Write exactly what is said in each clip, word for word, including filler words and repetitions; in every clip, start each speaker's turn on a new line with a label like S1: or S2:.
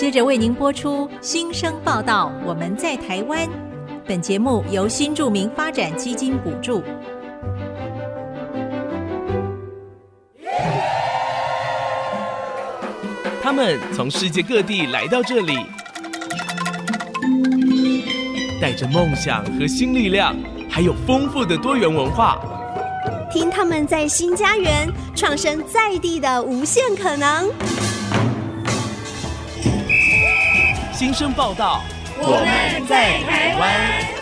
S1: 接着为您播出新生报道，我们在台湾。本节目由新住民发展基金补助。
S2: 他们从世界各地来到这里，带着梦想和新力量，还有丰富的多元文化。
S3: 听他们在新家园创生在地的无限可能。
S2: 新生报道，我们在台湾。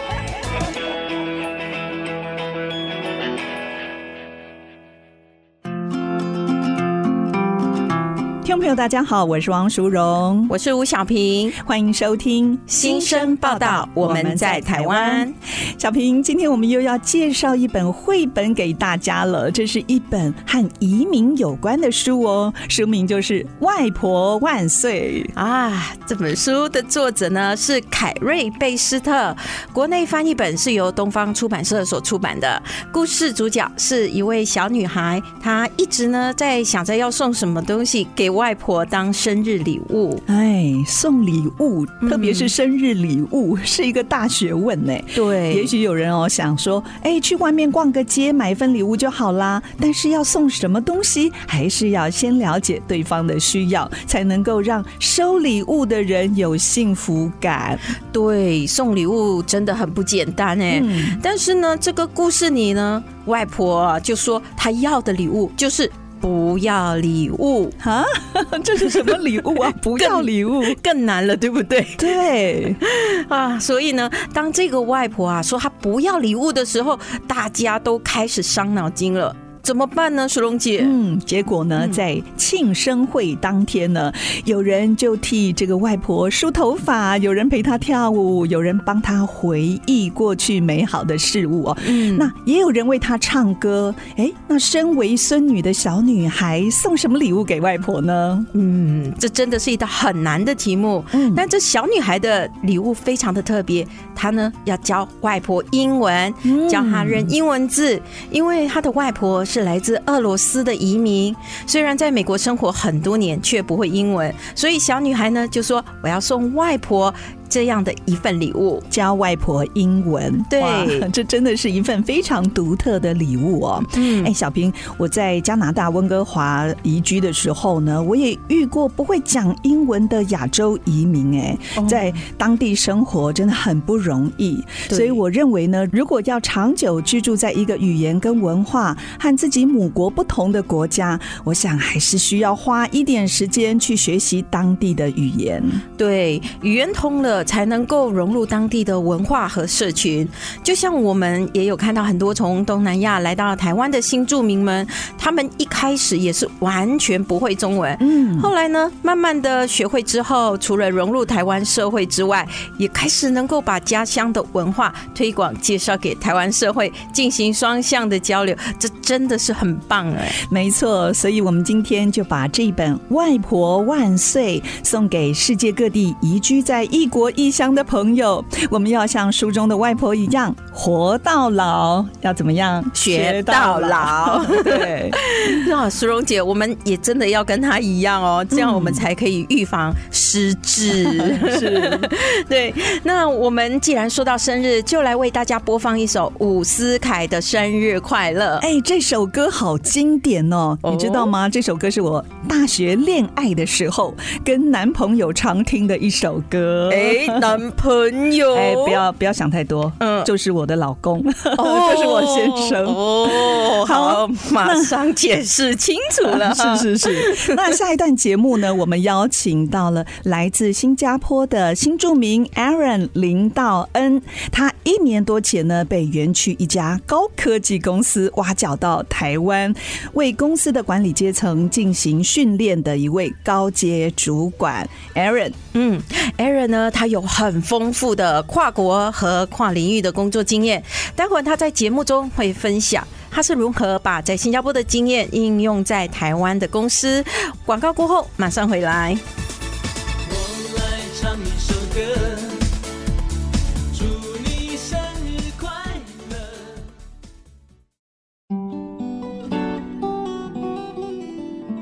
S4: 听众朋友大家好，我是王淑荣，
S5: 我是吴小平，
S4: 欢迎收听
S5: 新生报道，我们在台湾。
S4: 小平，今天我们又要介绍一本绘本给大家了，这是一本和移民有关的书哦，书名就是《外婆万岁》
S5: 啊。这本书的作者呢是凯瑞贝斯特，国内翻译本是由东方出版社所出版的。故事主角是一位小女孩，她一直呢在想着要送什么东西给外婆当生日礼物。
S4: 哎，送礼物，特别是生日礼物，嗯、是一个大学问呢。
S5: 对，
S4: 也许有人哦想说，哎，去外面逛个街买一份礼物就好啦。但是要送什么东西，还是要先了解对方的需要，才能够让收礼物的人有幸福感。
S5: 对，送礼物真的很不简单哎。嗯、但是呢，这个故事里呢，外婆就说她要的礼物就是不要礼物
S4: 啊！这是什么礼物啊？不要礼物
S5: 更, 更难了，对不对？
S4: 对
S5: 啊，所以呢，当这个外婆啊说她不要礼物的时候，大家都开始伤脑筋了。怎么办呢，淑荣姐？
S4: 嗯，结果呢，在庆生会当天呢，有人就替这个外婆梳头发，有人陪她跳舞，有人帮她回忆过去美好的事物哦。嗯，那也有人为她唱歌。哎，那身为孙女的小女孩送什么礼物给外婆呢？
S5: 嗯，这真的是一道很难的题目。嗯，但这小女孩的礼物非常的特别，她呢要教外婆英文，教她认英文字，因为她的外婆是来自俄罗斯的移民，虽然在美国生活很多年，却不会英文，所以小女孩呢就说我要送外婆这样的一份礼物，
S4: 教外婆英文。
S5: 对，
S4: 这真的是一份非常独特的礼物哦。嗯，哎，小平，我在加拿大温哥华移居的时候呢，我也遇过不会讲英文的亚洲移民，哎、哦，在当地生活真的很不容易。所以我认为呢，如果要长久居住在一个语言跟文化和自己母国不同的国家，我想还是需要花一点时间去学习当地的语言。
S5: 对，语言通了才能够融入当地的文化和社群。就像我们也有看到很多从东南亚来到台湾的新住民们，他们一开始也是完全不会中文，嗯，后来呢慢慢的学会之后，除了融入台湾社会之外，也开始能够把家乡的文化推广介绍给台湾社会，进行双向的交流，这真的是很棒哎。
S4: 没错，所以我们今天就把这本《外婆万岁》送给世界各地移居在异国异乡的朋友。我们要像书中的外婆一样活到老，要怎么样
S5: 学到老。
S4: 对，
S5: 那淑荣姐，我们也真的要跟她一样哦，这样我们才可以预防失智。
S4: 是，
S5: 对。那我们既然说到生日，就来为大家播放一首伍思凯的《生日快乐》。
S4: 哎，这首歌好经典哦，你知道吗？这首歌是我大学恋爱的时候跟男朋友常听的一首歌。
S5: 哎，男朋友，
S4: 哎，不要不要想太多，嗯，就是我的老公，哦、就是我先生。
S5: 哦，好，马上解释清楚了。
S4: 是是是。那下一段节目呢，我们邀请到了来自新加坡的新住民 Aaron 林道恩，他一年多前呢被园区一家高科技公司挖角到台湾，为公司的管理阶层进行训练的一位高阶主管 Aaron。
S5: 嗯 ，Aaron 呢，他有很丰富的跨国和跨领域的工作经验。待会儿他在节目中会分享他是如何把在新加坡的经验应用在台湾的公司。广告过后马上回来。
S6: 我来唱一首歌，祝你生日快乐。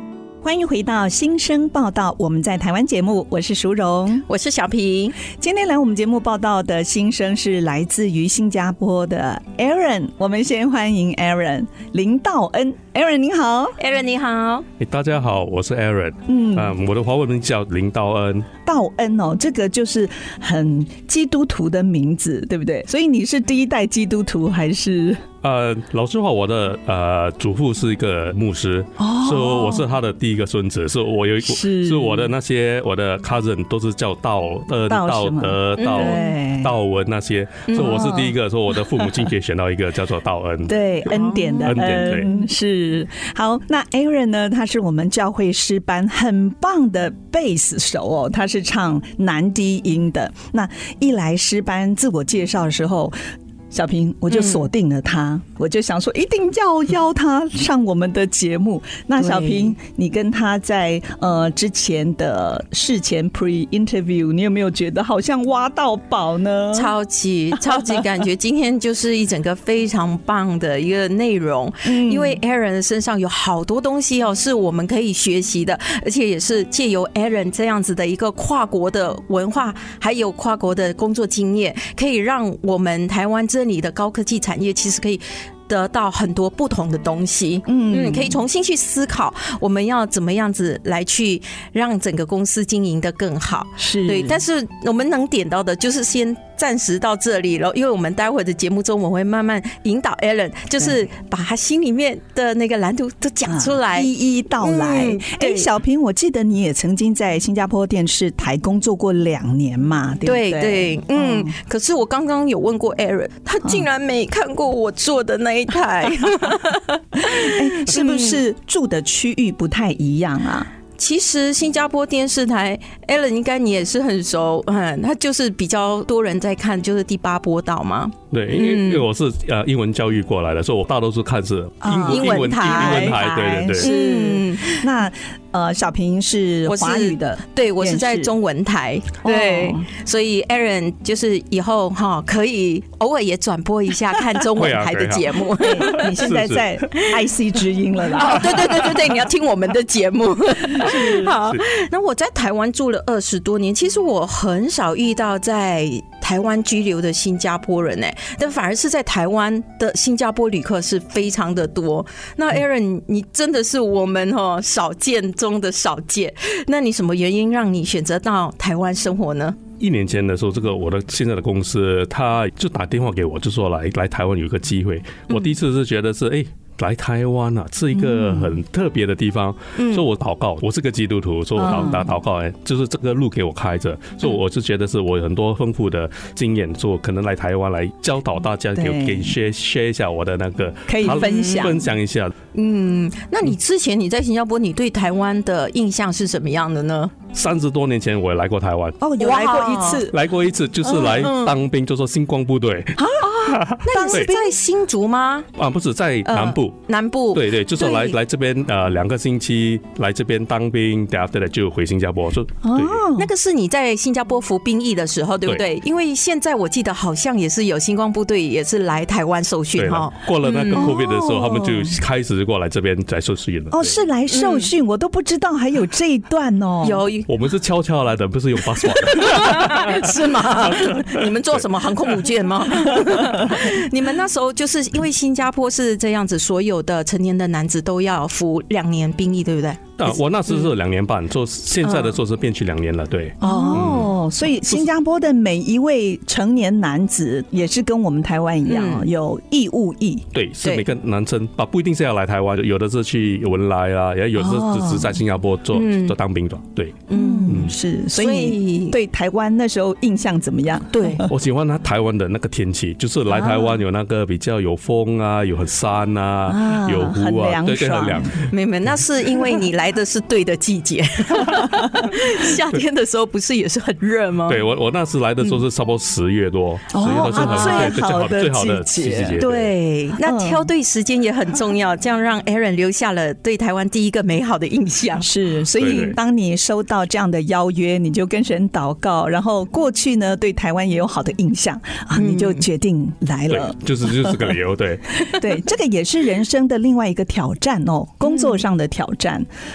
S4: 欢迎回到新生报道，我们在台湾节目，我是淑荣，
S5: 我是小平。
S4: 今天来我们节目报道的新生是来自于新加坡的 Aaron， 我们先欢迎 Aaron 林道恩。 Aaron 您好。
S5: Aaron 你好。
S7: 大家好，我是 Aaron。 嗯、呃、我的华文名叫林道恩。
S4: 道恩哦，这个就是很基督徒的名字，对不对？所以你是第一代基督徒还是？
S7: 呃，老实话，我的呃祖父是一个牧师，哦，所以我是他的第一个孙子，所以我有一是是我的那些我的 cousin 都是叫道恩、道德、道道文那些，所以我是第一个，所以我的父母亲可以选到一个叫做道恩，
S4: 对，恩典的恩，恩对是。好，那 Aaron 呢？他是我们教会诗班很棒的贝斯手哦，他是唱男低音的。那一来诗班自我介绍的时候，小平我就锁定了他、嗯、我就想说一定要邀他上我们的节目。那小平，你跟他在呃之前的事前 pre interview， 你有没有觉得好像挖到宝呢？
S5: 超级超级感觉今天就是一整个非常棒的一个内容、嗯、因为 Aaron 身上有好多东西哦，是我们可以学习的，而且也是借由 Aaron 这样子的一个跨国的文化还有跨国的工作经验，可以让我们台湾这里的高科技产业其实可以得到很多不同的东西，嗯，可以重新去思考我们要怎么样子来去让整个公司经营得更好，是对。但是我们能点到的就是先暂时到这里了，因为我们待会的节目中我会慢慢引导 Aaron， 就是把他心里面的那个蓝图都讲出来、啊、
S4: 一一道来。哎、嗯，小平，我记得你也曾经在新加坡电视台工作过两年嘛，对不对？
S5: 对对，嗯。嗯可是我刚刚有问过 Aaron， 他竟然没看过我做的那一台，
S4: 欸、是不是住的区域不太一样啊？
S5: 其实新加坡电视台 Aaron 应该你也是很熟，嗯，他就是比较多人在看，就是第八波道嘛。
S7: 对，因为、嗯、因为我是呃英文教育过来的，所以我大多数看是英文、
S5: 哦、英文台，
S7: 英文台，对对对。
S5: 嗯，
S4: 那呃小平是华语的，
S5: 对我是在中文台，对，哦、所以 Aaron 就是以后哈可以偶尔也转播一下看中文台的节目。
S4: 你现在在 I C 之音了啦？
S5: 哦，对对对对对，你要听我们的节目。好，那我在台湾住了二十多年，其实我很少遇到在台湾居留的新加坡人哎、欸，但反而是在台湾的新加坡旅客是非常的多。那 Aaron， 你真的是我们哦少见中的少见。那你什么原因让你选择到台湾生活呢？
S7: 一年前的时候，这个我的现在的公司他就打电话给我，就说来来台湾有一个机会。我第一次是觉得是哎。欸来台湾啊，是一个很特别的地方，嗯、所以我祷告，我是个基督徒，所以我祷祷告，哎，就是这个路给我开着，所以我就觉得是我有很多丰富的经验，所以我可能来台湾来教导大家，给给 share share 一下我的那个，
S4: 可以分享
S7: 分享一下。
S5: 嗯，那你之前你在新加坡，你对台湾的印象是什么样的呢？
S7: 三十多年前我也来过台湾，
S4: 哦，有来过一次，
S7: 来过一次，就是来当兵，就说星光部队。
S5: 那你是在新竹吗？
S7: 啊，不是在南部。
S5: 呃、南部，
S7: 对对，就是来来这边呃两个星期来这边当兵，等下再来就回新加坡。说
S5: 哦，那个是你在新加坡服兵役的时候，对不对？对，因为现在我记得好像也是有星光部队也是来台湾受训哈。
S7: 过了那个 COVID 的时候，嗯、他们就开始过来这边来受训了。
S4: 哦，是来受训，嗯、我都不知道还有这一段哦。
S5: 有，
S7: 我们是悄悄来的，不是用 passport
S5: 是吗？你们做什么航空母舰吗？你们那时候就是因为新加坡是这样子，所有的成年的男子都要服两年兵役，对不对？
S7: 啊，我那时是两年半，做、嗯、现在的做是变去两年了，对。
S4: 哦、嗯，所以新加坡的每一位成年男子也是跟我们台湾一样、嗯、有义务役。
S7: 对，是每个男生啊，不一定是要来台湾，有的是去文莱啊，也有的是只是在新加坡做、哦、做当兵的，对。
S4: 嗯，嗯是。所以你对台湾那时候印象怎么样？
S5: 对，
S7: 我喜欢他台湾的那个天气，就是来台湾有那个比较有风啊，有很山啊，啊有湖啊，对对，很凉。
S5: 没没，那是因为你来。来的是对的季节，夏天的时候不是也是很热吗？
S7: 对，我我那时来的时候是差不多十月多，十、嗯、月多是很、
S4: 哦、最好的
S7: 最好的季节。
S5: 对，那挑对时间也很重要，这样让 Aaron 留下了对台湾第一个美好的印象。
S4: 是，所以当你收到这样的邀约，你就跟神祷告，然后过去呢对台湾也有好的印象啊，你就决定来了。
S7: 对，就是就是个理由，对
S4: 对，这个也是人生的另外一个挑战哦，工作上的挑战。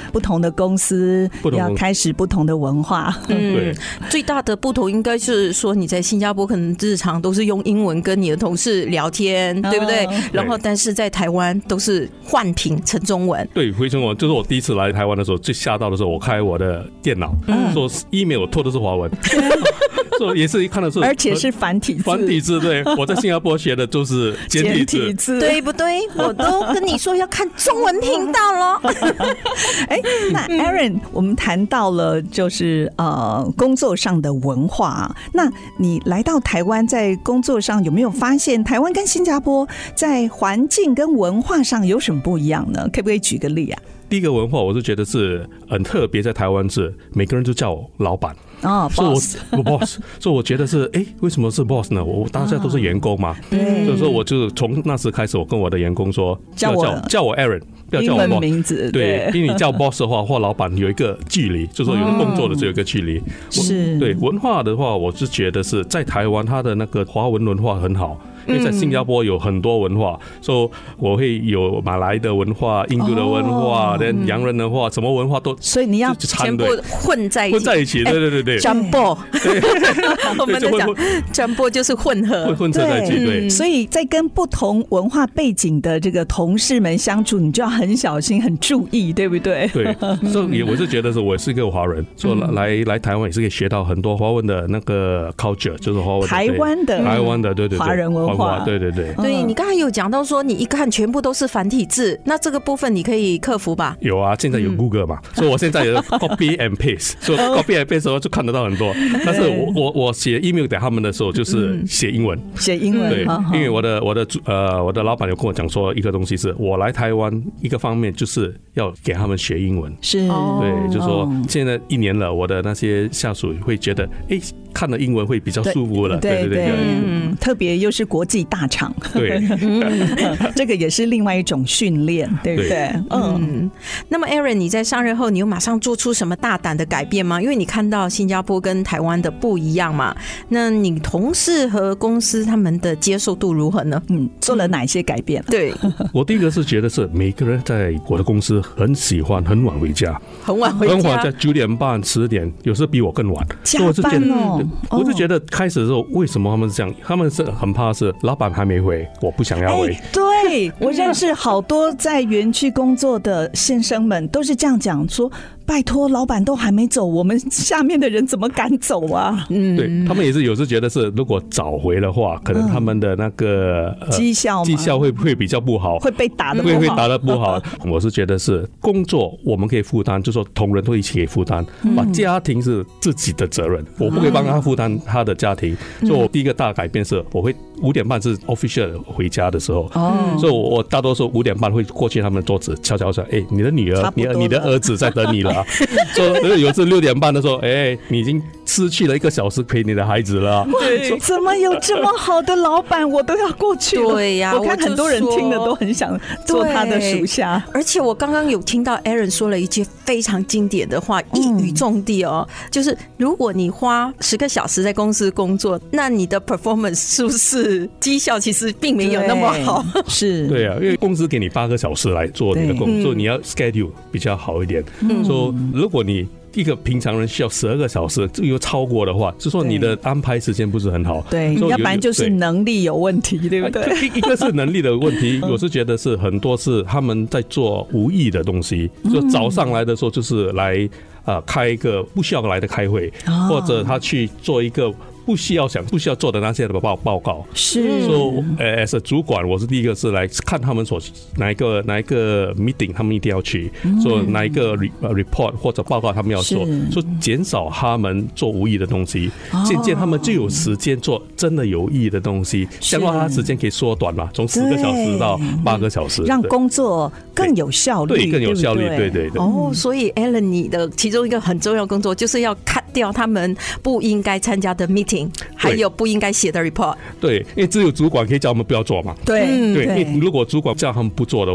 S4: 不同的公司
S7: 不同
S4: 要开始不同的文化。
S5: 嗯，最大的不同应该是说你在新加坡可能日常都是用英文跟你的同事聊天，对不对？然后但是在台湾都是换屏成中文。
S7: 对，回中文就是我第一次来台湾的时候，最吓到的时候，我开我的电脑，说 email 拖的是华文。所以也是看的是，
S4: 而且是繁体字。
S7: 繁体字，对，我在新加坡学的都是简体字，
S4: 体字
S5: 对不对？我都跟你说要看中文频道了。
S4: 哎，那 Aaron， 我们谈到了就是呃工作上的文化，那你来到台湾，在工作上有没有发现台湾跟新加坡在环境跟文化上有什么不一样呢？可不可以举个例啊？
S7: 第一个文化，我是觉得是很特别，在台湾是每个人都叫我老板。
S4: 哦，
S7: 所以我我 boss， 所以我觉得是，哎、欸，为什么是 boss 呢？我大家都是员工嘛，
S4: 对，
S7: 所以说我就从那时开始，我跟我的员工说，
S4: 叫我
S7: 叫叫我 Aaron， 不要叫我 boss
S4: 名字，
S7: 对，因为你叫 boss 的话或老板有一个距离，就是说有的工作的只有一个距离。
S4: 是，
S7: 对文化的话，我是觉得是在台湾，它的那个华文文化很好。因为在新加坡有很多文化，所以我会有马来的文化、印度的文化、连洋人的话，什么文化都，
S4: 所以你要
S5: 全部混在一起，
S7: 混在一起，对对对对。
S5: Jumbo， 我们在讲 Jumbo 就是混合，
S7: 混合在一起，对。
S4: 所以在跟不同文化背景的这个同事们相处，你就要很小心、很注意，对不对？
S7: 对，所以我是觉得是我是一个华人，所以来来台湾也是可以学到很多华文的那个 culture， 就是华文
S4: 台湾的
S7: 台湾的对对
S4: 华人文化。
S7: 对对对，
S5: 对你刚才有讲到说，你一看全部都是繁体字，那这个部分你可以克服吧？
S7: 有啊，现在有 Google 嘛，所以我现在有 copy and paste， 所以 copy and paste 的时候就看得到很多。但是我我我写 email 给他们的时候，就是写英文，
S4: 写英文。
S7: 对，因为我的我的呃我的老板有跟我讲说，一个东西是我来台湾一个方面就是要给他们学英文，
S4: 是，
S7: 对，就是说现在一年了，我的那些下属会觉得，哎。看了英文会比较舒服了，
S4: 对对 对, 对、嗯，特别又是国际大厂，
S7: 对，
S4: 这个也是另外一种训练，对不对？对
S5: 嗯。那么 Aaron， 你在上任后，你有马上做出什么大胆的改变吗？因为你看到新加坡跟台湾的不一样嘛，那你同事和公司他们的接受度如何呢？
S4: 嗯，做了哪些改变？
S5: 对，
S7: 我第一个是觉得是每个人在我的公司很喜欢很晚回家，
S5: 很晚回家，
S7: 很晚在九点半、十点，有时候比我更晚，
S4: 加班哦。
S7: 我就觉得开始的时候，为什么他们是这样？他们是很怕是老板还没回，我不想要回。
S4: 欸、对，我认识好多在园区工作的先生们，都是这样讲说。拜托，老板都还没走，我们下面的人怎么敢走啊？
S7: 嗯，对他们也是有时觉得是，如果早回的话，可能他们的那个
S4: 绩效
S7: 绩效会会比较不好，
S4: 会被打的
S7: 会会打得不好。我是觉得是工作我们可以负担，就说同仁都一起可以负担，把家庭是自己的责任，我不可以帮他负担他的家庭。所以我第一个大改变是，我会五点半是 official 回家的时候，所以我大多数五点半会过去他们的桌子敲敲说，哎，你的女儿，你你的儿子在等你了。说有次六点半的时候，哎、欸，你已经失去了一个小时陪你的孩子了。
S4: 对，怎么有这么好的老板，我都要过去了。
S5: 对呀、啊，
S4: 我看很多人听了都很想做他的属下。
S5: 而且我刚刚有听到 Aaron 说了一句非常经典的话，一语中的哦，嗯、就是如果你花十个小时在公司工作，那你的 performance 是不是绩效其实并没有那么好？
S4: 是，
S7: 对啊，因为公司给你八个小时来做你的工作，你要 schedule 比较好一点。嗯，说如果你一个平常人需要十二个小时，又超过的话，就说你的安排时间不是很好。
S4: 对，要不然就是能力有问题，对不对？
S7: 一个是能力的问题，我是觉得是很多是他们在做无意的东西，就早上来的时候就是来呃开一个不需要来的开会，或者他去做一个。不需要想不需要做的那些的报报告
S4: 是
S7: 说，呃， as a 主管，我是第一个是来看他们所哪一个哪一个 meeting， 他们一定要去做、嗯、哪一个 report 或者报告，他们要做，说减少他们做无益的东西，渐渐他们就有时间做真的有意义的东西，这样的话，他时间可以缩短嘛，从十个小时到八个小时，
S4: 让工作更有效率，
S7: 对，更有效率，对对对。
S5: 哦，所以 Aaron， 你的其中一个很重要的工作就是要 cut 掉他们不应该参加的 meeting。还有不应该写的 report，
S7: 对，因为只有主管可以叫他们不要做嘛。
S4: 对，
S7: 对，因为如果主管叫他们不做的话，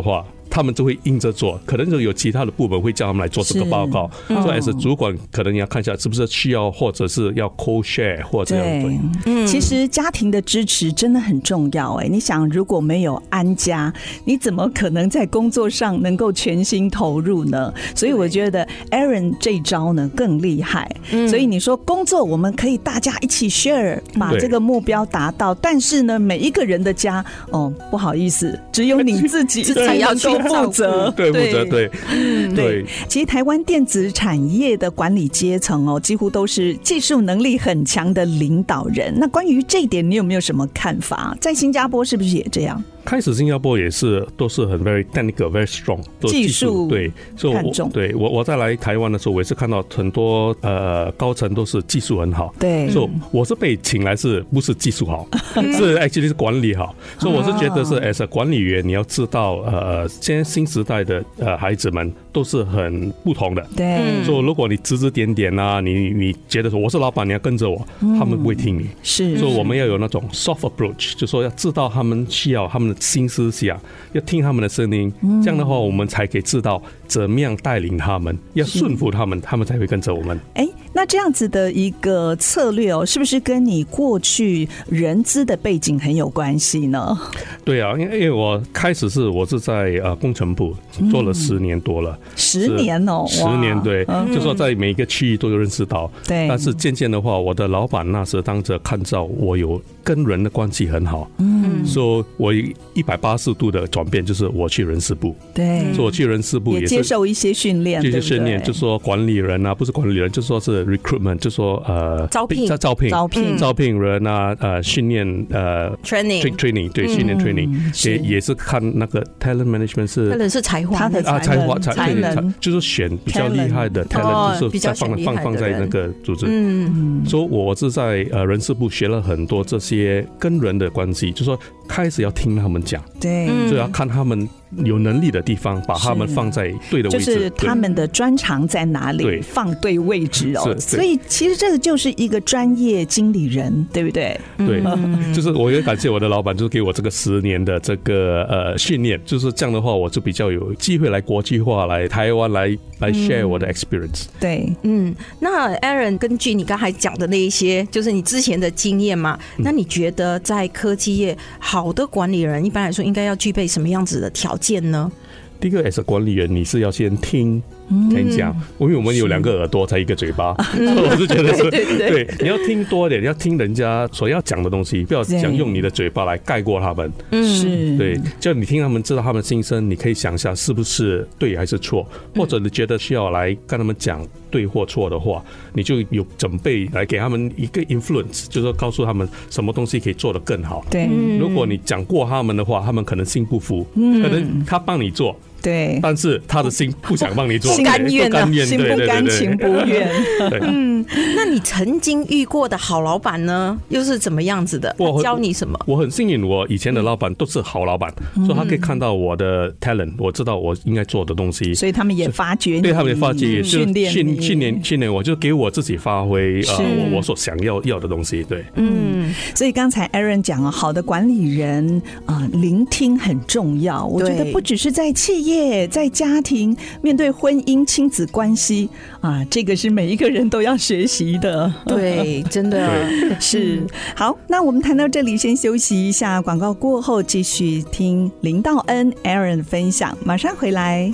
S7: 他们就会硬着做，可能就有其他的部门会叫他们来做这个报告，所以 as 主管可能你要看一下是不是需要，或者是要 co-share 或者这样对。
S4: 嗯，其实家庭的支持真的很重要哎。你想，如果没有安家，你怎么可能在工作上能够全心投入呢？所以我觉得 Aaron 这一招呢更厉害。嗯，所以你说工作我们可以大家一起 share， 把这个目标达到，但是呢，每一个人的家，哦，不好意思，只有你自己才能够负责，
S7: 对，负责，对，
S4: 嗯，对。其实台湾电子产业的管理阶层哦，几乎都是技术能力很强的领导人。那关于这一点，你有没有什么看法？在新加坡是不是也这样？
S7: 开始新加坡也是都是很 very technical very strong 都技术对，所以我对我我在来台湾的时候，我也是看到很多呃高层都是技术很好，
S4: 对，
S7: 所以我是被请来是不是技术好，是 actually 是管理好，所以我是觉得是 as a 管理员，你要知道呃现在新时代的呃孩子们都是很不同的，
S4: 对，
S7: 所以如果你指指点点啊，你你觉得说我是老板，你要跟着我，他们不会听你，
S4: 是，
S7: 所以我们要有那种 soft approach， 就说要知道他们需要他们的新思想，要听他们的声音，这样的话我们才可以知道怎么样带领他们，要顺服他们，他们才会跟着我们。
S4: 哎，那这样子的一个策略哦，是不是跟你过去人资的背景很有关系呢？
S7: 对啊，因为我开始是我是在呃工程部做了十年多了，
S4: 十年哦，
S7: 十年对，嗯、就说在每一个区域都有认识到，
S4: 对。
S7: 但是渐渐的话，我的老板那时当着看到我有跟人的关系很好，嗯，所以我一百八十度的转变，就是我去人事部，
S4: 对，
S7: 所以我去人事部也是
S4: 接受一些训练，
S7: 这些训练就说管理人啊，不是管理人，就说是 recruitment， 就说呃
S5: 招聘
S7: 招聘
S4: 招聘
S7: 招聘人啊，呃训练呃
S5: training
S7: training 对训练 training 也也是看那个 talent management 是
S5: talent 是才华，
S4: 他的
S7: 啊才华
S4: 才能，
S7: 就是选比较厉害的 talent， 就是再放放放在那个组织。嗯，所以我是在呃人事部学了很多这些跟人的关系，就说开始要听他们讲，
S4: 对，
S7: 所以要看他们有能力的地方，把他们放在对的位置，
S4: 就是他们的专长在哪里，放对位置哦。所以其实这个就是一个专业经理人，对不对？
S7: 对，就是我也感谢我的老板，就是给我这个十年的这个呃训练，就是这样的话，我就比较有机会来国际化，来台湾来来 share 我的 experience。
S4: 对，
S5: 嗯，那 Aaron 根据你刚才讲的那一些，就是你之前的经验嘛，那你觉得在科技业好的管理人，一般来说应该要具备什么样子的条件呢？
S7: 第一个 as 管理员，你是要先听听讲，因为我们有两个耳朵才一个嘴巴，所以我是觉得是 对, 对, 对，你要听多一点，你要听人家所要讲的东西，不要讲用你的嘴巴来盖过他们。
S4: 是，
S7: 对，就你听他们知道他们的心声，你可以想一下是不是对还是错，或者你觉得需要来跟他们讲对或错的话，你就有准备来给他们一个 influence， 就是告诉他们什么东西可以做得更好。
S4: 对，
S7: 如果你讲过他们的话，他们可能心不服，嗯、可能他帮你做。
S4: 对，
S7: 但是他的心不想帮你做，
S4: 心甘愿啊，心不甘情不愿。
S5: 嗯，那你曾经遇过的好老板呢，又是怎么样子的？他教你什么？
S7: 我很幸运，我以前的老板都是好老板，嗯、所以他可以看到我的 talent， 我知道我应该做的东西，
S4: 所以他们也发掘你，
S7: 对他们也发掘，
S4: 训练
S7: 训训练训练我，就给我自己发挥呃我我所想要要的东西。对，
S4: 嗯，所以刚才 Aaron 讲了，好的管理人啊、呃，聆听很重要。我觉得不只是在企业。在家庭面对婚姻亲子关系啊，这个是每一个人都要学习的。
S5: 对，真的
S4: 是。好，那我们谈到这里，先休息一下，广告过后继续听林道恩 Aaron 分享，马上回来。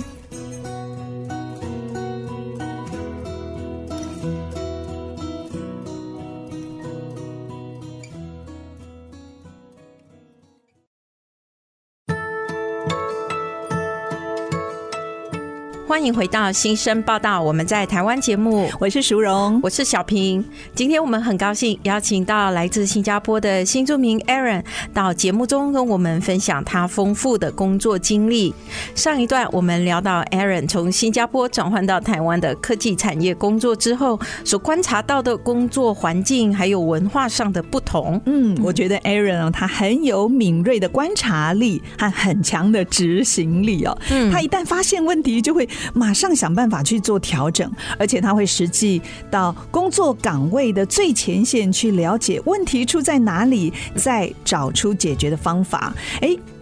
S5: 欢迎回到新生报道，我们在台湾节目，
S4: 我是淑荣，
S5: 我是小平。今天我们很高兴邀请到来自新加坡的新住民 Aaron 到节目中跟我们分享他丰富的工作经历。上一段我们聊到 Aaron 从新加坡转换到台湾的科技产业工作之后，所观察到的工作环境还有文化上的不同。
S4: 嗯，我觉得 Aaron 他很有敏锐的观察力和很强的执行力哦。嗯，他一旦发现问题就会马上想办法去做调整，而且他会实际到工作岗位的最前线去了解问题出在哪里，再找出解决的方法。哎，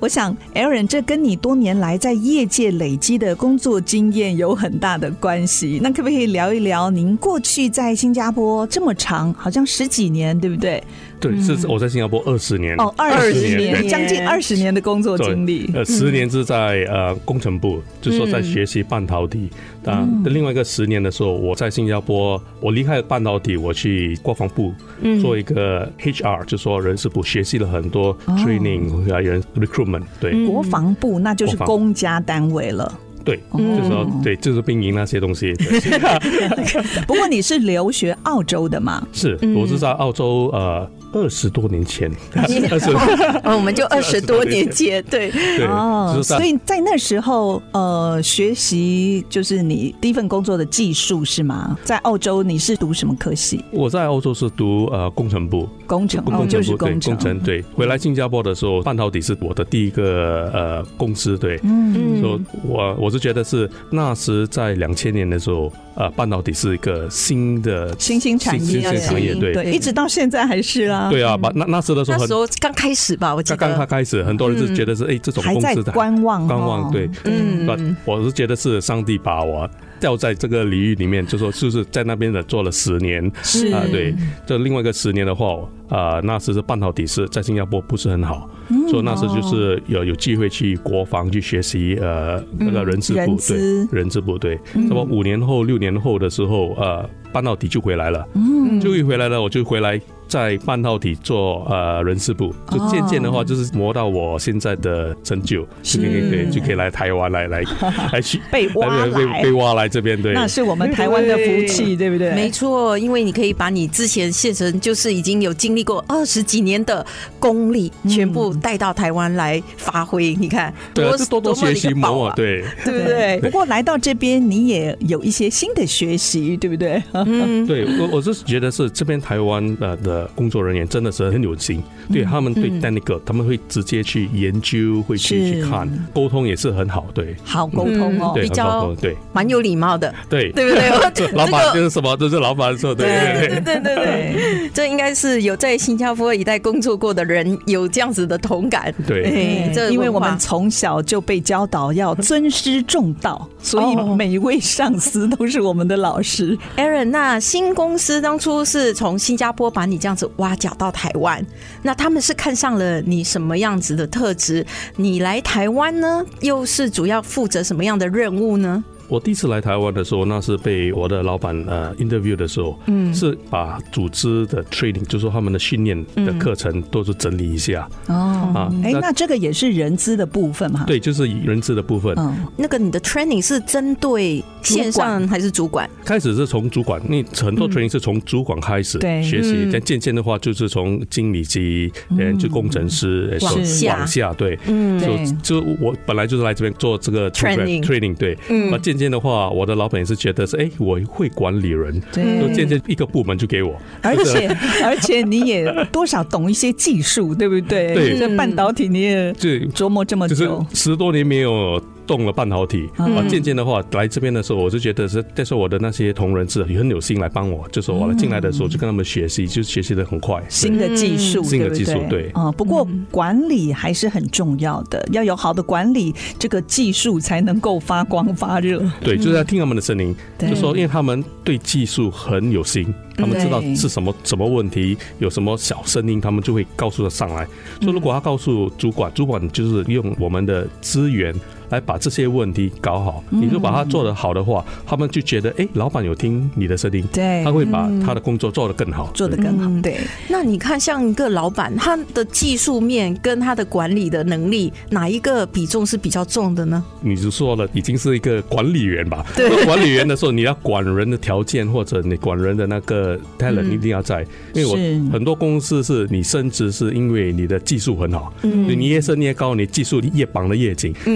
S4: 我想 Aaron 这跟你多年来在业界累积的工作经验有很大的关系。那可不可以聊一聊您过去在新加坡这么长，好像十几年，对不对？
S7: 对，是我在新加坡二十年
S4: 哦，二十年，将近二十年的工作经历。
S7: 呃，十年是在呃工程部，就是说在学习半导体。当然，另外一个十年的时候，我在新加坡，我离开了半导体，我去国防部做一个 H R， 就是说人事部，学习了很多 training 和人 recruitment。对，
S4: 国防部那就是公家单位了。
S7: 对，就是说，对，就是兵营那些东西。
S4: 不过你是留学澳洲的嘛？
S7: 是，我是在澳洲呃二十多年前，
S5: 我们就二十多年前，对
S7: 对
S4: 哦，所以在那时候呃学习就是你第一份工作的技术是吗？在澳洲你是读什么科系？
S7: 我在澳洲是读呃工程部，
S4: 工程
S7: 工程部、哦、
S4: 就是工程，
S7: 对工程对。回来新加坡的时候，半导体是我的第一个呃公司，对，嗯，所以我我是觉得是那时在两千年的时候，呃，半导体是一个新的
S4: 新兴产业，
S7: 新兴产业，对，
S4: 对，一直到现在还是啦。
S7: 对啊，那那时的时候，
S5: 那时候刚开始吧，我记得
S7: 刚刚开始，很多人是觉得是哎、嗯欸，这种公司
S4: 还在观望，
S7: 观望，对，嗯，我是觉得是上帝把我掉在这个领域里面，就说就是在那边的做了十年，
S4: 是啊、
S7: 呃，对，这另外一个十年的话，啊、呃，那时是半导体是在新加坡不是很好，嗯、所以那时就是有有机会去国防去学习呃那个人事部，
S4: 人
S7: 对，人事部对，那么五年后六年后的时候，呃，半导体就回来了，嗯，就一回来了，我就回来。在半导体做呃人事部，就渐渐的话就是磨到我现在的成就，就可以对就可以来台湾来来来去
S4: 被挖来
S7: 被被挖来这边，对，
S4: 那是我们台湾的福气，对不对？
S5: 没错，因为你可以把你之前现成就是已经有经历过二十几年的功力，全部带到台湾来发挥。你看，
S7: 对啊，多多学习磨啊，对，
S5: 对不对？
S4: 不过来到这边，你也有一些新的学习，对不对？
S7: 嗯，对我我是觉得是这边台湾呃的。工作人员真的是很有心，对他们对 technical、嗯、他们会直接去研究，会去去看，沟通也是很好，对，
S4: 好沟通哦，
S7: 嗯、
S5: 比较
S7: 对，
S5: 蛮有礼貌的，
S7: 对，
S5: 对不对？
S7: 老板就是什么都是老板说，对
S5: 对对对对对，这应该是有在新加坡一带工作过的人有这样子的同感，
S7: 对，
S4: 欸、这因为我们从小就被教导要尊师重道，所以每一位上司都是我们的老师。
S5: Aaron， 那新公司当初是从新加坡把你这样子挖角到台湾，那他们是看上了你什么样子的特质？你来台湾呢，又是主要负责什么样的任务呢？
S7: 我第一次来台湾的时候，那是被我的老板呃 interview 的时候，嗯，是把组织的 training， 就是说他们的训练的课程都是整理一下。
S4: 哦，啊，哎、欸，那这个也是人资的部分嘛？
S7: 对，就是人资的部分。
S5: 嗯，那个你的 training 是针对线上还是主管？
S7: 开始是从主管，你很多 training 是从主管开始学习，但渐渐的话就是从经理级，嗯，就工程师
S5: 往下，
S7: 往下，对，嗯，就就我本来就是来这边做这个 training training， 对，嗯，渐渐的话，我的老板也是觉得是，哎、欸，我会管理人，就渐渐一个部门就给我，
S4: 而且而且你也多少懂一些技术，对不对？
S7: 对，
S4: 这半导体你也琢磨这么久，
S7: 就是十多年没有动了半导体啊，渐渐的话来这边的时候，我就觉得是，但是我的那些同仁是很有心来帮我，就是我来进来的时候就跟他们学习，就学习的很快，
S4: 新的技术，
S7: 新的技术，对
S4: 啊。不过管理还是很重要的，要有好的管理，这个技术才能够发光发热。
S7: 对，就是要听他们的声音，就说因为他们对技术很有心。他们知道是什么什么问题，有什么小声音，他们就会告诉他上来。所以如果他告诉主管，主管就是用我们的资源来把这些问题搞好。你就把它做得好的话，他们就觉得，哎，老板有听你的声音，
S4: 对，
S7: 他会把他的工作做得更好，
S4: 做得更好。对。
S5: 那你看，像一个老板，他的技术面跟他的管理的能力，哪一个比重是比较重的呢？
S7: 你就说了，已经是一个管理员吧？对。管理员的时候，你要管人的条件，或者你管人的那个 talent 一定要在，因为我很多公司是你升职是因为你的技术很好，嗯，你越升越高，你技术越绑得越紧，嗯，所以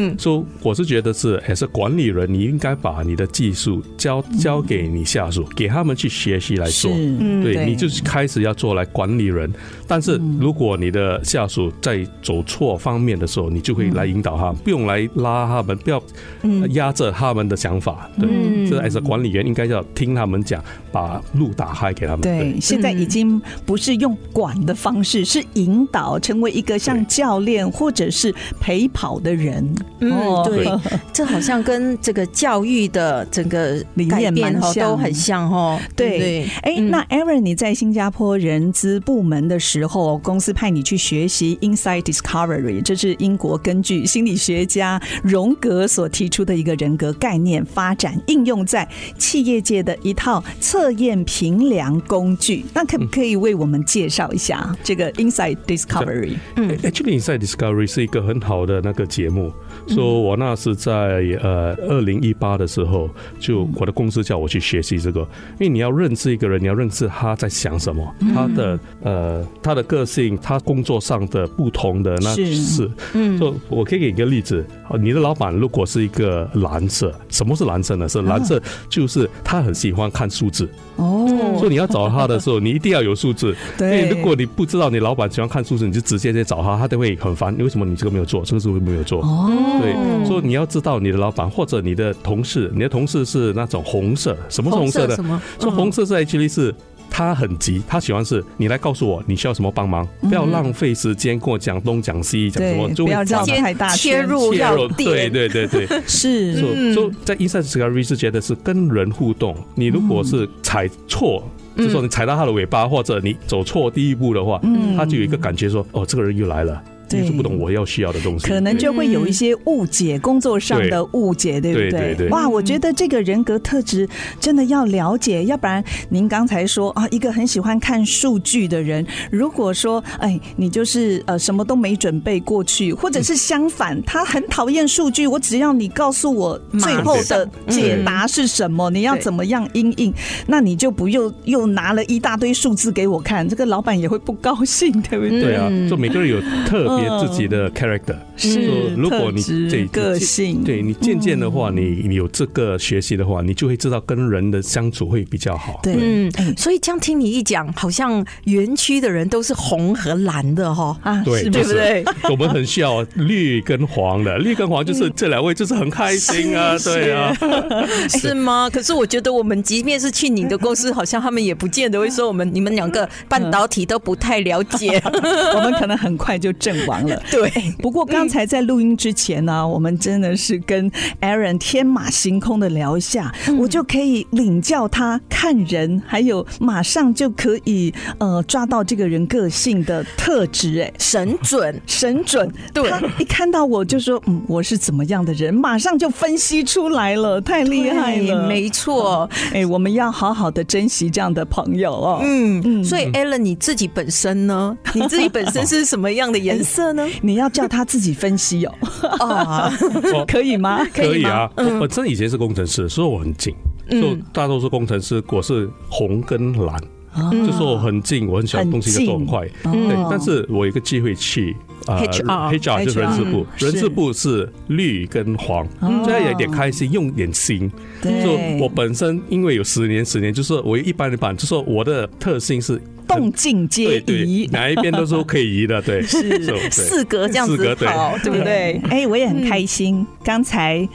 S7: 就我是觉得是，也是管理人，你应该把你的技术交交给你下属，给他们去学习来做。对，对你就是开始要做来管理人。但是如果你的下属在走错方面的时候，你就会来引导他，不用来拉他们，不要压着他们的想法。对，这还是管理员应该要听他们讲，把路打开给他们。
S4: 对，对现在已经不是用管的方式，是引导成为一个像教练或者是陪跑的人。
S5: 嗯，对，这好像跟这个教育的整个改变都很像哦。
S4: 对，哎、欸，那 Aaron 你在新加坡人资部门的时候，公司派你去学习 Insight Discovery， 这是英国根据心理学家荣格所提出的一个人格概念，发展应用在企业界的一套测验评量工具。那可不可以为我们介绍一下这个 Insight Discovery？
S7: 嗯 ，Actually Insight Discovery 是一个很好的那个节目。所以我那是在呃二零一八的时候，就我的公司叫我去学习这个，因为你要认识一个人，你要认识他在想什么，他的呃他的个性，他工作上的不同的那事。嗯，所以我可以给一个例子，你的老板如果是一个蓝色，什么是蓝色呢？是蓝色就是他很喜欢看数字。哦，所以你要找他的时候，你一定要有数字。对，因为如果你不知道你老板喜欢看数字，你就直接在找他，他都会很烦。为什么你这个没有做，这个是没有做？哦，对，所以你要知道你的老板或者你的同事，你的同事是那种红色，什么是红色的？什么？说红色是 actually 是他很急，他喜欢是你来告诉我你需要什么帮忙，不要浪费时间跟我讲东讲西讲什么，
S4: 不要绕太大
S5: 切入要
S7: 对对对对，
S4: 是。
S7: 所以在 Insight Discovery 是觉得是跟人互动，你如果是踩错。就是说你踩到他的尾巴，或者你走错第一步的话，他就有一个感觉说，哦，这个人又来了。就是不懂我要需要的东西，
S4: 可能就会有一些误解，工作上的误解，对不对？对对对。哇，我觉得这个人格特质真的要了解，要不然您刚才说啊，一个很喜欢看数据的人，如果说哎，你就是呃什么都没准备过去，或者是相反，他很讨厌数据，我只要你告诉我最后的解答是什么，你要怎么样因应，那你就不又又拿了一大堆数字给我看，这个老板也会不高兴，对不对？
S7: 对啊，就每个人有特别自己的 character，
S4: 是
S7: 如果你这
S4: 个性，
S7: 对你渐渐的话，你你有这个学习的话，你就会知道跟人的相处会比较好。
S5: 对，嗯，所以这样听你一讲，好像园区的人都是红和蓝的哈，
S7: 啊，对，对不对？我们很需要绿跟黄的，绿跟黄就是这两位就是很开心啊，对啊，
S5: 是吗？可是我觉得我们即便是去你的公司，好像他们也不见得会说我们你们两个半导体都不太了解，
S4: 我们可能很快就阵亡了。对，不过刚才在录音之前呢、啊，我们真的是跟 Aaron 天马行空的聊一下，嗯、我就可以领教他看人，还有马上就可以呃抓到这个人个性的特质，哎，
S5: 神准，
S4: 神准。对，他一看到我就说，嗯，我是怎么样的人，马上就分析出来了，太厉害了，
S5: 没错。
S4: 哎、欸，我们要好好的珍惜这样的朋友哦。
S5: 嗯嗯，所以 Aaron 你自己本身呢？你自己本身是什么样的颜色呢？
S4: 你要叫他自己分析哦，啊，可以吗？
S7: 可以啊，我本身以前是工程师，所以我很近。所以大多数工程师我是红跟蓝，就说我很近，我很喜欢东西就做很快。对，但是我有一个机会去。
S5: 呃 H R
S7: H R 就是人事部，人事部是绿跟黄，这样有点开心，用点心。就我本身因为有十年十年，就是我一般的版，就是我的特性是
S4: 动静皆宜，
S7: 哪一边都是可以移的，对，
S5: 是四格这样子跑，对不对？
S4: 哎，我也很开心。刚才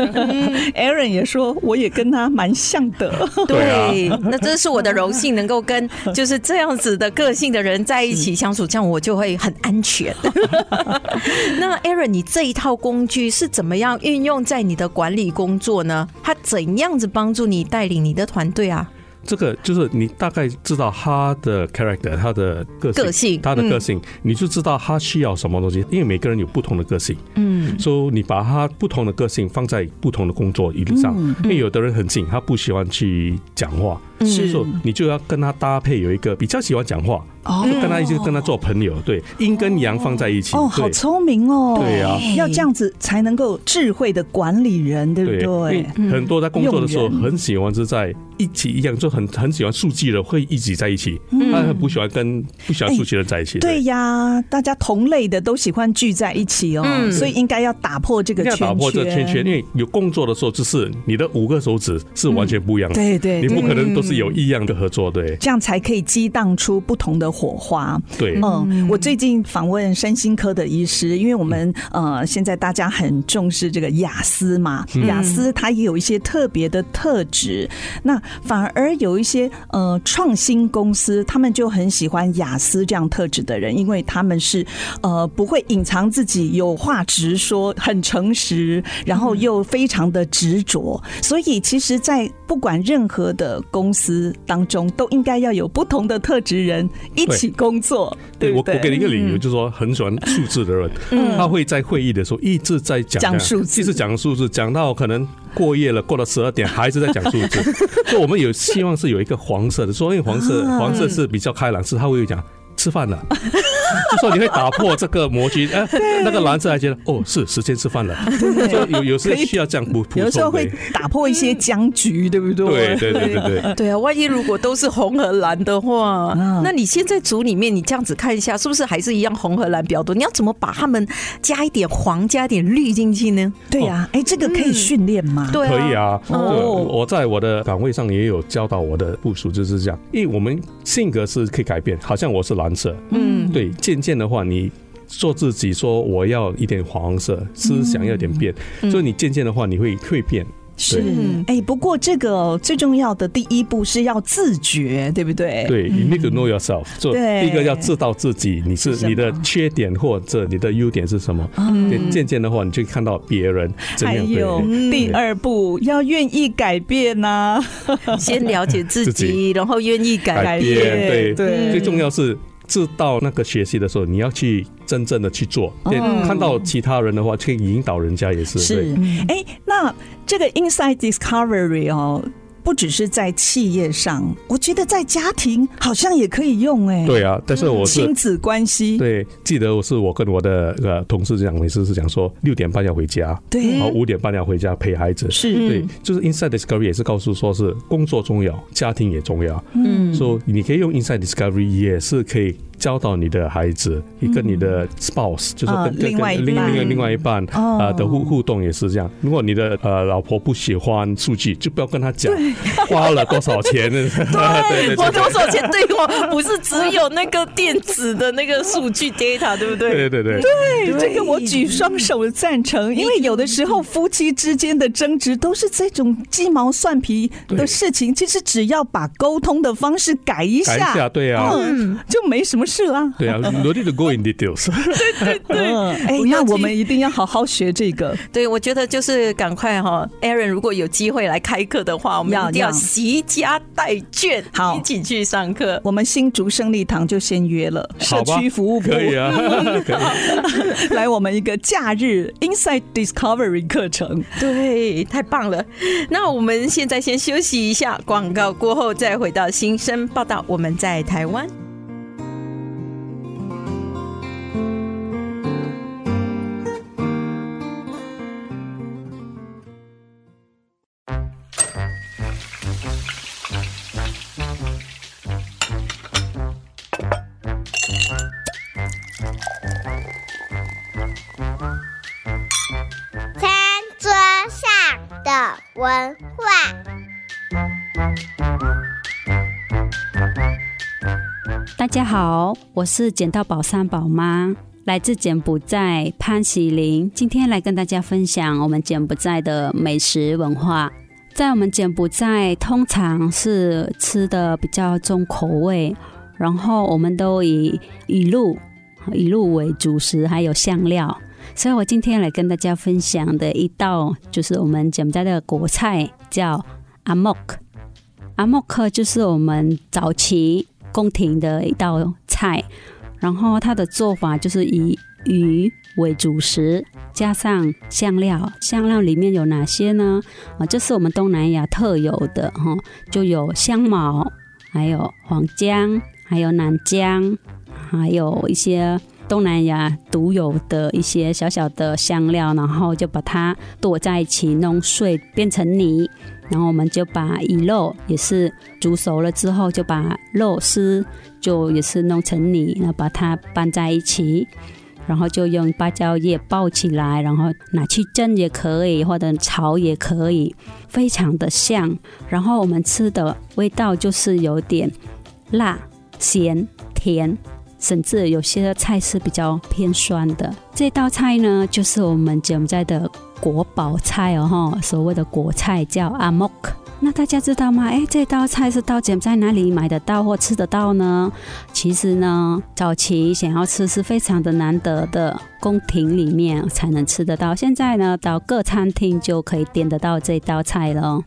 S4: Aaron 也说，我也跟他蛮像的。
S5: 对，那这是我的荣幸，能够跟就是这样子的个性的人在一起相处，这样我就会很安全。那 Aaron， 你这一套工具是怎么样运用在你的管理工作呢？它怎样子帮助你带领你的团队啊？
S7: 这个就是你大概知道他的 character， 他的个性，个性他的个性、嗯，你就知道他需要什么东西。因为每个人有不同的个性，嗯，所以你把他不同的个性放在不同的工作一路上、嗯。因为有的人很静，他不喜欢去讲话，是，所以你就要跟他搭配，有一个比较喜欢讲话， 哦，就跟他一起跟他做朋友，对，阴跟阳放在一起。
S4: 哦，好聪明哦。
S7: 对啊，
S4: 要这样子才能够智慧的管理人，对不对？
S7: 对，很多在工作的时候很喜欢是在一起一样，就很很喜欢数据的会一起在一起，他很不喜欢跟不喜欢数据的人在一起。
S4: 对呀，大家同类的都喜欢聚在一起哦，所以应该要打破这个圈圈，
S7: 要打破这个圈圈，因为有工作的时候，就是你的五个手指是完全不一样的，
S4: 对对，
S7: 你不可能都是有一样的合作，对，
S4: 这样才可以激荡出不同的火花。
S7: 对，
S4: 嗯，我最近访问身心科的医师，因为我们呃现在大家很重视这个雅思嘛，雅思它也有一些特别的特质，那反而有一些呃创新公司，他们就很喜欢雅思这样特质的人，因为他们是呃不会隐藏自己，有话直说，很诚实，然后又非常的执着，所以其实在不管任何的公司当中，都应该要有不同的特质人一起工作。
S7: 对，我我给你一个理由，就是说很喜欢数字的人，他会在会议的时候一直在讲
S4: 数字，
S7: 一直讲数字，讲到可能过夜了，过了十二点还是在讲数字。所以我们有希望是有一个黄色的，所以黄色黄色是比较开朗，是他会讲吃饭了，就说你会打破这个模具，哎，那个蓝色还觉得哦，是时间吃饭了，就有有时需要这样补补充，
S4: 有时候会打破一些僵局，对不对？
S7: 对对对对对。
S5: 对啊，万一如果都是红和蓝的话，那你现在组里面你这样子看一下，是不是还是一样红和蓝比较多？你要怎么把他们加一点黄、加一点绿进去呢？
S4: 对呀，哎，这个可以训练吗？
S5: 对，
S7: 可以啊。哦，我在我的岗位上也有教导我的部属，就是这样，因为我们性格是可以改变，好像我是蓝色，嗯，对，渐渐的话，你做自己说我要一点黄色，思想要一点变，嗯，所以你渐渐的话，你会会变。
S4: 是，哎，不过这个最重要的第一步是要自觉，对不对？
S7: 对，you need to know yourself。所以第一个要知道自己，你是你的缺点或者你的优点是什么。嗯，渐渐的话，你就看到别人怎么样。还
S4: 有第二步，要愿意改变呐，
S5: 先了解自己，然后愿意改变。
S7: 对对，最重要是知道那个学习的时候，你要去真正的去做。哦，看到其他人的话，去引导人家也是。
S4: 是，哎，那这个 Insight Discovery 哦，不只是在企业上，我觉得在家庭好像也可以用哎。
S7: 对啊，但是我是
S4: 亲子关系。
S7: 对，记得我是我跟我的呃同事讲，每次是讲说六点半要回家，
S4: 对，
S7: 然后五点半要回家陪孩子。
S4: 是，
S7: 对，就是 Insight Discovery 也是告诉说是工作重要，家庭也重要。嗯，所以你可以用 Insight Discovery 也是可以教导你的孩子，你跟你的 spouse， 就是跟
S4: 另外一
S7: 半另外一半啊的互互动也是这样。如果你的呃老婆不喜欢数据，就不要跟她讲花了多少钱。对，
S5: 花多少钱对话不是只有那个电子的那个数据 data， 对不对？
S7: 对对对
S4: 对，这个我举双手赞成，因为有的时候夫妻之间的争执都是这种鸡毛蒜皮的事情，其实只要把沟通的方式改一下，
S7: 改一下，对啊，
S4: 嗯，就没什么是啦，
S7: 对啊 ，no need to go in details。
S5: 对对对，
S4: 哎，那我们一定要好好学这个。
S5: 对，我觉得就是赶快哈 ，Aaron 如果有机会来开课的话，我们一定要惜家带眷，好，一起去上课。
S4: 我们新竹胜利堂就先约了，社区服务部
S7: 可以啊，可
S4: 以来我们一个假日 Insight Discovery 课程。
S5: 对，太棒了。那我们现在先休息一下，广告过后再回到新生报道。我们在台湾。
S8: 文化，
S9: 大家好，我是捡到宝三宝妈，来自柬埔寨潘喜玲，今天来跟大家分享我们柬埔寨的美食文化。在我们柬埔寨通常是吃的比较重口味，然后我们都以鱼露鱼露为主食，还有香料，所以我今天来跟大家分享的一道就是我们柬埔寨的国菜，叫阿莫克。阿莫克就是我们早期宫廷的一道菜，然后它的做法就是以鱼为主食，加上香料。香料里面有哪些呢？啊，这是我们东南亚特有的哈，就有香茅，还有黄姜， 还有南姜，还有一些东南亚独有的一些小小的香料，然后就把它剁在一起弄碎变成泥，然后我们就把鱼肉也是煮熟了之后就把肉丝就也是弄成泥，然后把它拌在一起，然后就用芭蕉叶包起来，然后拿去蒸也可以或者炒也可以，非常的香。然后我们吃的味道就是有点辣咸甜，甚至有些菜是比较偏酸的。这道菜呢就是我们柬埔寨的国宝菜哦，所谓的国菜叫阿木。那大家知道吗？哎，这道菜是到柬埔寨哪里买得到或吃得到呢？其实呢，早期想要吃是非常的难得的，宫廷里面才能吃得到。现在呢，到各餐厅就可以点得到这道菜了。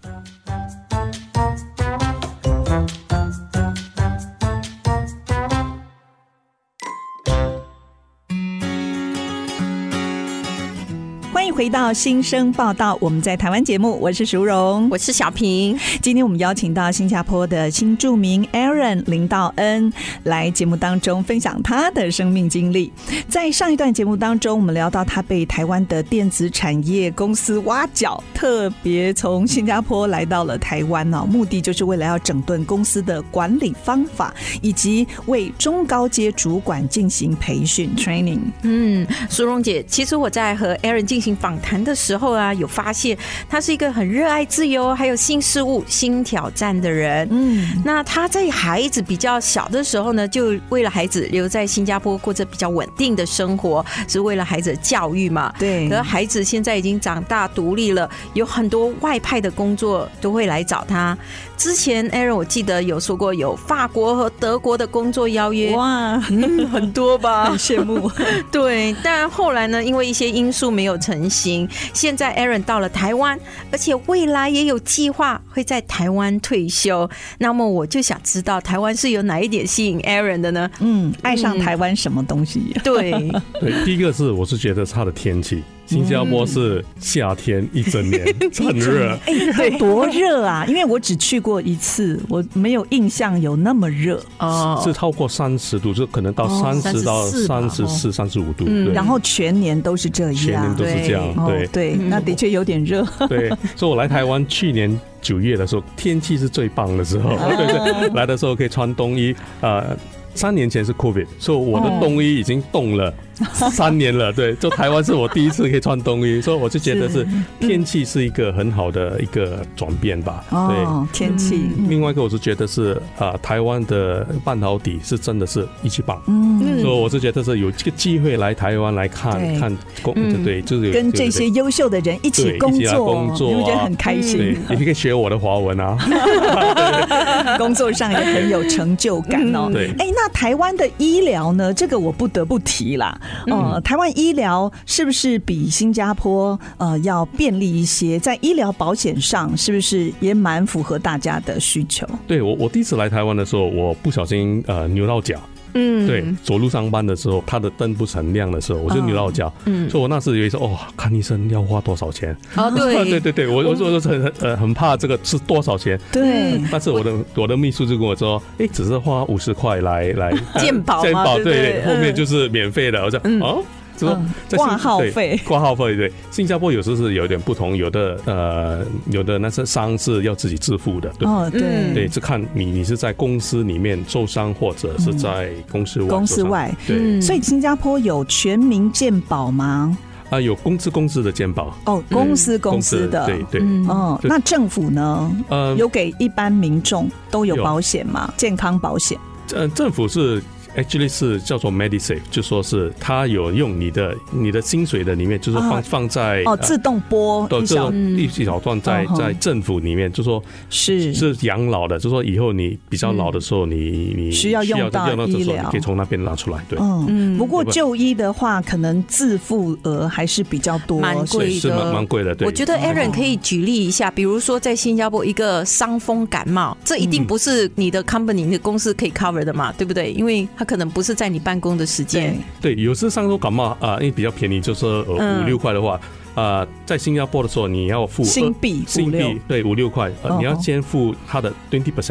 S4: 欢迎回到新生报道，我们在台湾节目，我是淑荣，
S5: 我是小平。
S4: 今天我们邀请到新加坡的新住民 Aaron 林道恩来节目当中分享他的生命经历。在上一段节目当中，我们聊到他被台湾的电子产业公司挖角，特别从新加坡来到了台湾哦，目的就是为了要整顿公司的管理方法，以及为中高阶主管进行培训 training。
S5: 嗯，淑荣姐，其实我在和 Aaron 进行访谈的时候啊，有发现他是一个很热爱自由还有新事物新挑战的人。嗯，那他在孩子比较小的时候呢，就为了孩子留在新加坡过着比较稳定的生活，是为了孩子的教育嘛。
S4: 对，
S5: 可是孩子现在已经长大独立了，有很多外派的工作都会来找他。之前 Aaron 我记得有说过有法国和德国的工作邀约，
S4: 哇、
S5: 嗯，很多吧，
S4: 很羡慕。
S5: 对，但后来呢，因为一些因素没有成型。现在 Aaron 到了台湾，而且未来也有计划会在台湾退休。那么我就想知道，台湾是有哪一点吸引 Aaron 的呢？
S4: 嗯，爱上台湾什么东西？
S5: 对，
S7: 对，第一个是我是觉得它的天气。新加坡是夏天一整年很热，
S4: 哎、欸，多热啊！因为我只去过一次，我没有印象有那么热
S7: 哦，是超过三十度，就可能到三十到三十四、三十五度、嗯，
S4: 然后全年都是这样，
S7: 全年都是这样，对、
S4: 哦、对，那的确有点热。
S7: 对，所以我来台湾去年九月的时候，天气是最棒的时候，对对，来的时候可以穿冬衣，呃。三年前是 COVID， 所以我的冬衣已经冻了三年了。对，就台湾是我第一次可以穿冬衣，所以我就觉得是天气是一个很好的一个转变吧。对，
S4: 哦、天气、
S7: 嗯。另外一个我是觉得是啊、呃，台湾的半导体是真的是一级棒。嗯，所以我是觉得是有这个机会来台湾来看看工，嗯、对，就是
S4: 跟这些优秀的人一起工作，
S7: 工作、啊，
S4: 你会觉得很开心。
S7: 对，你可以学我的华文啊，
S4: 工作上也很有成就感哦。
S7: 对，
S4: 哎、欸，那台湾的医疗呢？这个我不得不提啦。呃，台湾医疗是不是比新加坡呃要便利一些？在医疗保险上，是不是也蛮符合大家的需求？
S7: 对，我我第一次来台湾的时候，我不小心呃扭到脚。嗯，对，走路上班的时候，他的灯不是很亮的时候，我就扭到脚。嗯，所以我那时以为说，哦，看医生要花多少钱？
S5: 哦，对，
S7: 对对对，我我我很呃很怕这个是多少钱？
S4: 对，
S7: 但是我的我的秘书就跟我说，哎，只是花五十块来来
S5: 健保，
S7: 健保对，后面就是免费的。我说哦。
S4: 挂号费，
S7: 挂号费对。新加坡有时候是有点不同，有的呃，有的那些伤是要自己自付的，对哦，对，对，是看你你是在公司里面受伤，或者是在公司外，
S4: 公司外，
S7: 对、
S4: 嗯。所以新加坡有全民健保吗？
S7: 啊，有公司公司的健保
S4: 哦，公司公司的，
S7: 对对，
S4: 哦，那政府呢？呃，有给一般民众都有保险吗？健康保险？
S7: 呃，政府是。actually 是叫做 MediSave， 就说是它有用你的你的薪水的里面，就是放、啊、放在
S4: 哦自动拨一小
S7: 一小段在、嗯、在政府里面，就说
S4: 是
S7: 是养老的，就说以后你比较老的时候，嗯、你你
S4: 需要用到医疗，
S7: 你可以从那边拿出来。对，
S4: 嗯，不过就医的话，可能自付额还是比较多，
S5: 蛮贵的，
S7: 是蛮蛮贵的。对，
S5: 我觉得 Aaron 可以举例一下，比如说在新加坡一个伤风感冒，这一定不是你的 company 你的公司可以 cover 的嘛，对不对？因为它可能不是在你办公的时间。
S7: 对，有时伤风感冒啊、呃，因为比较便宜，就是五、呃、六块的话。呃，在新加坡的时候，你要付
S4: 新币，
S7: 新币对五六块，呃， oh. 你要先付它的 twenty percent，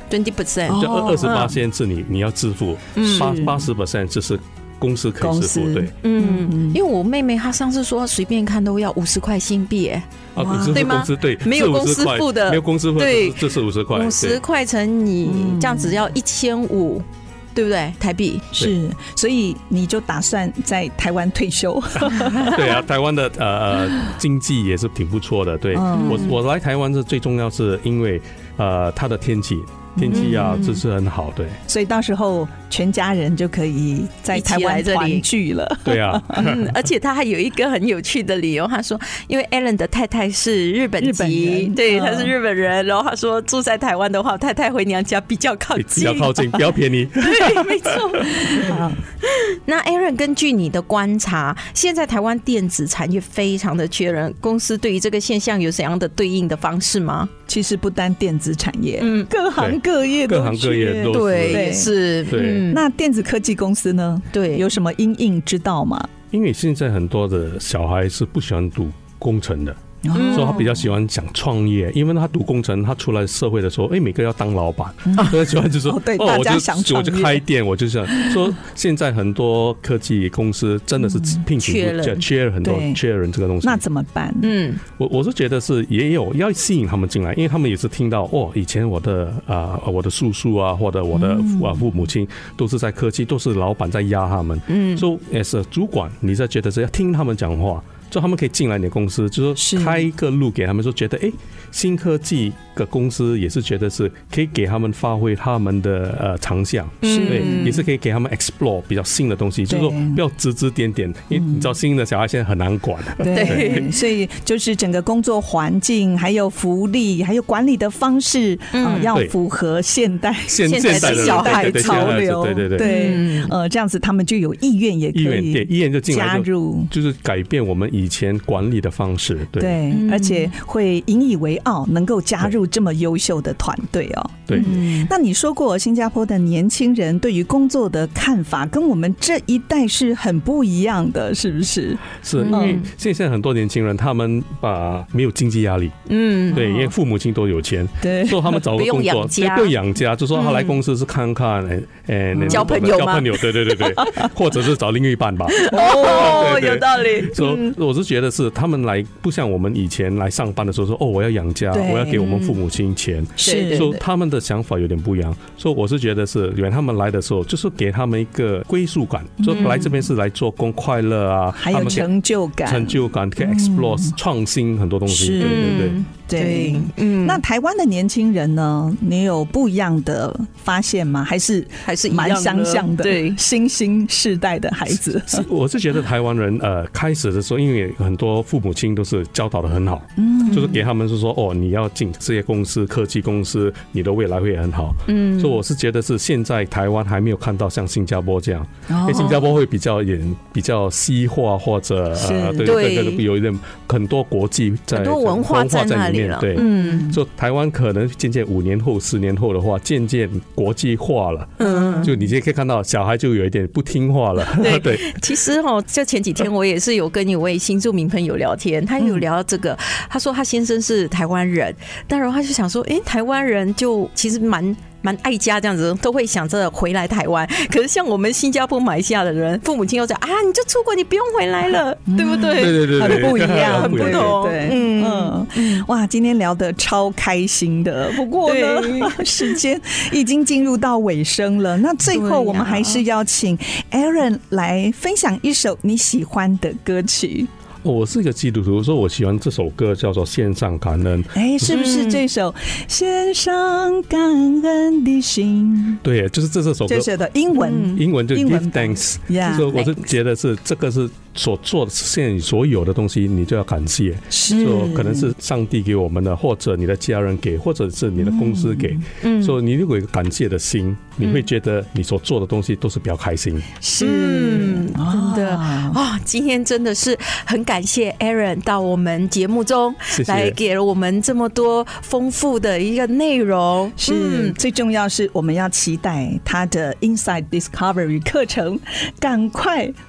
S5: twenty percent，
S7: 就二十八先是你你要支付，八八十 percent 就是公司可以支付，对，
S5: 嗯，因为我妹妹她上次说随便看都要五十块新币，哎，
S7: 啊，支付公司对，
S5: 没有公司付的，
S7: 没有公司付，
S5: 对，
S7: 这是五十块，
S5: 五十块乘以这样子要一千五。对不对？台币
S4: 是，所以你就打算在台湾退休？
S7: 对啊，台湾的呃经济也是挺不错的。对、嗯、我我来台湾是最重要，是因为呃它的天气。天气啊，这是很好，对，
S4: 所以到时候全家人就可以在台湾团聚了。
S7: 对啊，
S5: 嗯，而且他还有一个很有趣的理由，他说，因为 Aaron 的太太是日本籍，对，他是日本人，然后他说住在台湾的话，太太回娘家比较靠近，
S7: 比较靠近，比较便宜。
S5: 对，没错。那 Aaron 根据你的观察，现在台湾电子产业非常的缺人，公司对于这个现象有怎样的对应的方式吗？
S4: 其实不单电子产业，嗯，各行各业都
S7: 各行各业都
S5: 对，也是
S7: 对、
S4: 嗯。那电子科技公司呢？
S5: 对，
S4: 有什么因应知道吗？
S7: 因为现在很多的小孩是不喜欢读工程的。嗯、所以他比较喜欢想创业，因为他读工程，他出来社会的时候，哎，每个要当老板，所以喜欢就说，
S4: 哦，对，大家想创业，
S7: 我就开店，我就想说，现在很多科技公司真的是聘请不缺缺很多缺人这个东西，
S4: 那怎么办？
S5: 嗯，
S7: 我我是觉得是也有要吸引他们进来，因为他们也是听到哦，以前我的啊、呃、我的叔叔啊或者我的啊父母亲都是在科技，都是老板在压他们，嗯，所以 as a 主管，你在觉得是要听他们讲话。就他们可以进来你的公司，就是说开一个路给他们，说觉得哎，新科技的公司也是觉得是可以给他们发挥他们的呃长项，对，也是可以给他们 explore 比较新的东西，就是说不要指指点点，因为你知道新的小孩现在很难管，
S4: 对，所以就是整个工作环境、还有福利、还有管理的方式，嗯，要符合现代
S7: 现现代的
S4: 小孩潮流，
S7: 对对对
S4: 对，呃，这样子他们就有意愿，也可以
S7: 对意愿就进来
S4: 加入，
S7: 就是改变我们以前管理的方式， 对，
S4: 对、嗯，而且会引以为傲，能够加入这么优秀的团队哦。
S7: 对、
S4: 嗯，那你说过新加坡的年轻人对于工作的看法跟我们这一代是很不一样的，是不是？
S7: 是因为现在很多年轻人他们把没有经济压力，嗯，对，因为父母亲都有钱，
S4: 对，
S7: 所以他们找个工作不用养家，就说他来公司是看看，哎、嗯，欸、
S5: 交朋友吗？
S7: 交朋友，对对对对，或者是找另一半吧。
S5: 哦，对对对，有道理。
S7: 所以我是觉得是他们来不像我们以前来上班的时候说哦，我要养家，我要给我们父母亲钱，
S4: 是，
S7: 所以他们的想法有点不一样。所以我是觉得是，原来他们来的时候就是给他们一个归属感，说、嗯、来这边是来做工快乐啊，
S4: 还有成就感，
S7: 成就感可以 explore 创、嗯、新很多东西，对对对。
S4: 对，嗯，那台湾的年轻人呢？你有不一样的发现吗？还是
S5: 还是
S4: 蛮相像的？
S5: 对，
S4: 新兴世代的孩子，
S7: 是我是觉得台湾人呃，开始的时候，因为很多父母亲都是教导的很好，嗯，就是给他们是说哦，你要进这些公司、科技公司，你的未来会很好，嗯，所以我是觉得是现在台湾还没有看到像新加坡这样，哦、因为新加坡会比较也比较西化或者呃，对对对，有一点很多国际在
S5: 很多文化在那里。
S7: 对，嗯，就台湾可能渐渐五年后、十年后的话，渐渐国际化了，嗯，就你也可以看到小孩就有一点不听话了。对，对
S5: 其实哈，就前几天我也是有跟一位新住民朋友聊天，他有聊到这个，他说他先生是台湾人，当然他就想说，哎、欸，台湾人就其实蛮。蛮爱家这样子，都会想着回来台湾。可是像我们新加坡、马来西亚的人，父母亲又讲啊，你就出国，你不用回来了，嗯、对不对？
S7: 对对对，
S4: 很不一样，
S5: 很不同。
S4: 对，嗯嗯，哇，今天聊得超开心的。不过呢，时间已经进入到尾声了。那最后我们还是要请 Aaron 来分享一首你喜欢的歌曲。
S7: 我是一个基督徒，说我喜欢这首歌叫做《献上感恩》。
S4: 哎，是不是这首《献上感恩的心》？
S7: 对，就是这这首歌。
S4: 这首的英文，
S7: 英文就 Give Thanks。所以我是觉得是这个是所做的，现在所有的东西你就要感谢。
S4: 是，
S7: 可能是上帝给我们的，或者你的家人给，或者是你的公司给。嗯，所以你如果有一个感谢的心，你会觉得你所做的东西都是比较开心。
S4: 是，
S5: 嗯、真的啊、哦，今天真的是很感谢 Aaron 到我们节目中来给了我们这么多丰富的一个内容。
S4: 是、嗯，最重要是我们要期待他的 Inside Discovery 课程赶快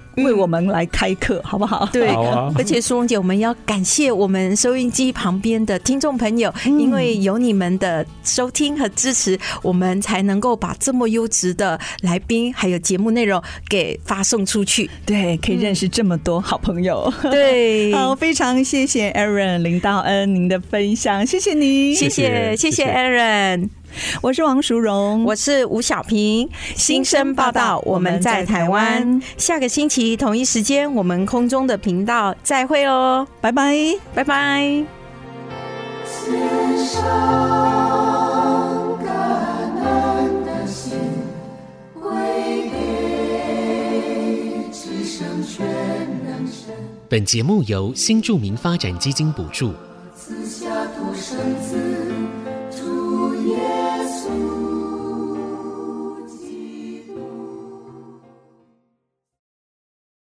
S4: 为我们来开课，好不好？
S5: 对，
S7: 好啊
S5: 而且苏蓉姐，我们要感谢我们收音机旁边的听众朋友，
S4: 嗯
S5: 因为有你们的收听和支持，我们才能够把这么优质的来宾还有节目内容给发送出去。
S4: 对，可以认识这么多好朋友。
S5: 对，
S4: 好，非常谢谢 Aaron 林道恩您的分享，谢谢你，
S5: 谢谢谢谢 Aaron。
S4: 我是王淑荣，
S5: 我是吴小平，新生报道，我们在台湾。下个星期同一时间，我们空中的频道再会喽，
S4: 拜拜，
S5: 拜拜。
S8: 本节目由新住民发展基金补助。
S6: 赐下独生子。